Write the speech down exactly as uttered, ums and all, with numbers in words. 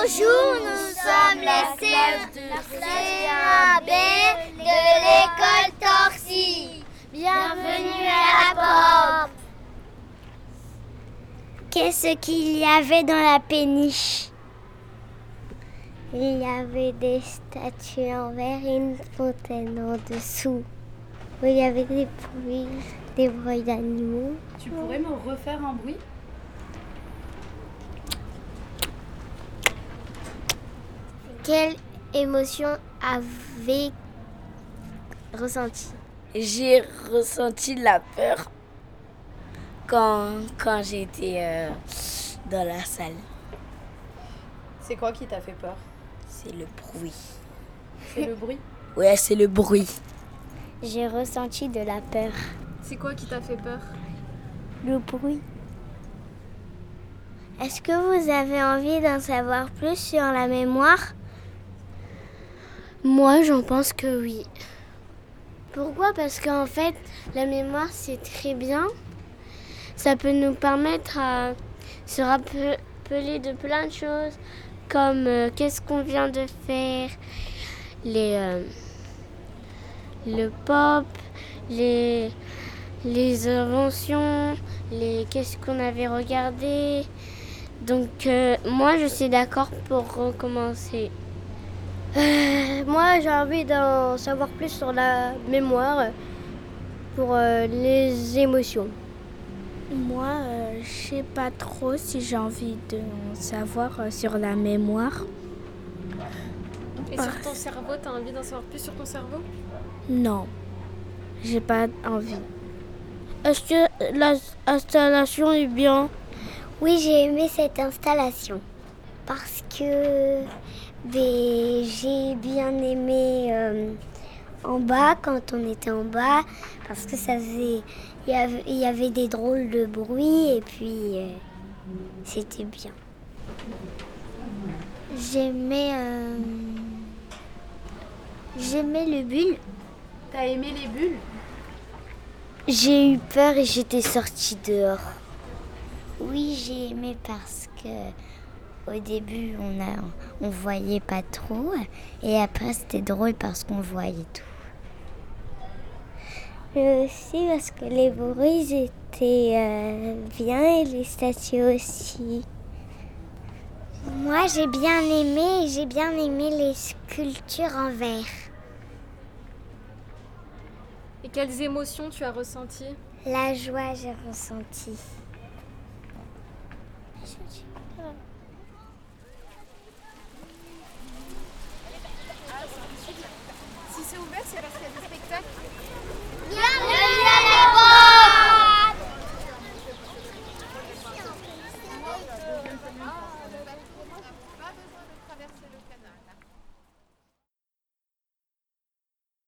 Bonjour, nous sommes les élèves de C un B de l'école Torcy. Bienvenue à la porte. Qu'est-ce qu'il y avait dans la péniche? Il y avait des statues en verre et une fontaine en dessous. Il y avait des bruits, des bruits d'animaux. Tu pourrais me refaire un bruit? Quelle émotion avez ressenti? J'ai ressenti de la peur quand, quand j'étais euh, dans la salle. C'est quoi qui t'a fait peur? C'est le bruit. C'est le bruit? Ouais, c'est le bruit. J'ai ressenti de la peur. C'est quoi qui t'a fait peur? Le bruit. Est-ce que vous avez envie d'en savoir plus sur la mémoire? Moi, j'en pense que oui. Pourquoi? Parce qu'en fait, la mémoire, c'est très bien. Ça peut nous permettre à se rappeler de plein de choses, comme euh, qu'est-ce qu'on vient de faire, les, euh, le pop, les, les inventions, les qu'est-ce qu'on avait regardé. Donc euh, moi, je suis d'accord pour recommencer. Euh, moi, j'ai envie d'en savoir plus sur la mémoire, pour euh, les émotions. Moi, euh, je sais pas trop si j'ai envie de savoir euh, sur la mémoire. Et sur ton cerveau, t'as envie d'en savoir plus sur ton cerveau? Non, j'ai pas envie. Est-ce que l'installation est bien? Oui, j'ai aimé cette installation parce que ben, j'ai bien aimé euh, en bas, quand on était en bas, parce que ça faisait, il y avait, il y avait des drôles de bruit et puis euh, c'était bien. J'aimais, euh, j'aimais le bulle. T'as aimé les bulles? J'ai eu peur et j'étais sortie dehors. Oui, j'ai aimé parce que au début on a, on voyait pas trop et après c'était drôle parce qu'on voyait tout. Mais aussi parce que les bruits étaient euh, bien et les statues aussi. Moi j'ai bien aimé, j'ai bien aimé les sculptures en verre. Et quelles émotions tu as ressenties? La joie j'ai ressenti. Si c'est ouvert, c'est parce qu'il y a des spectacles.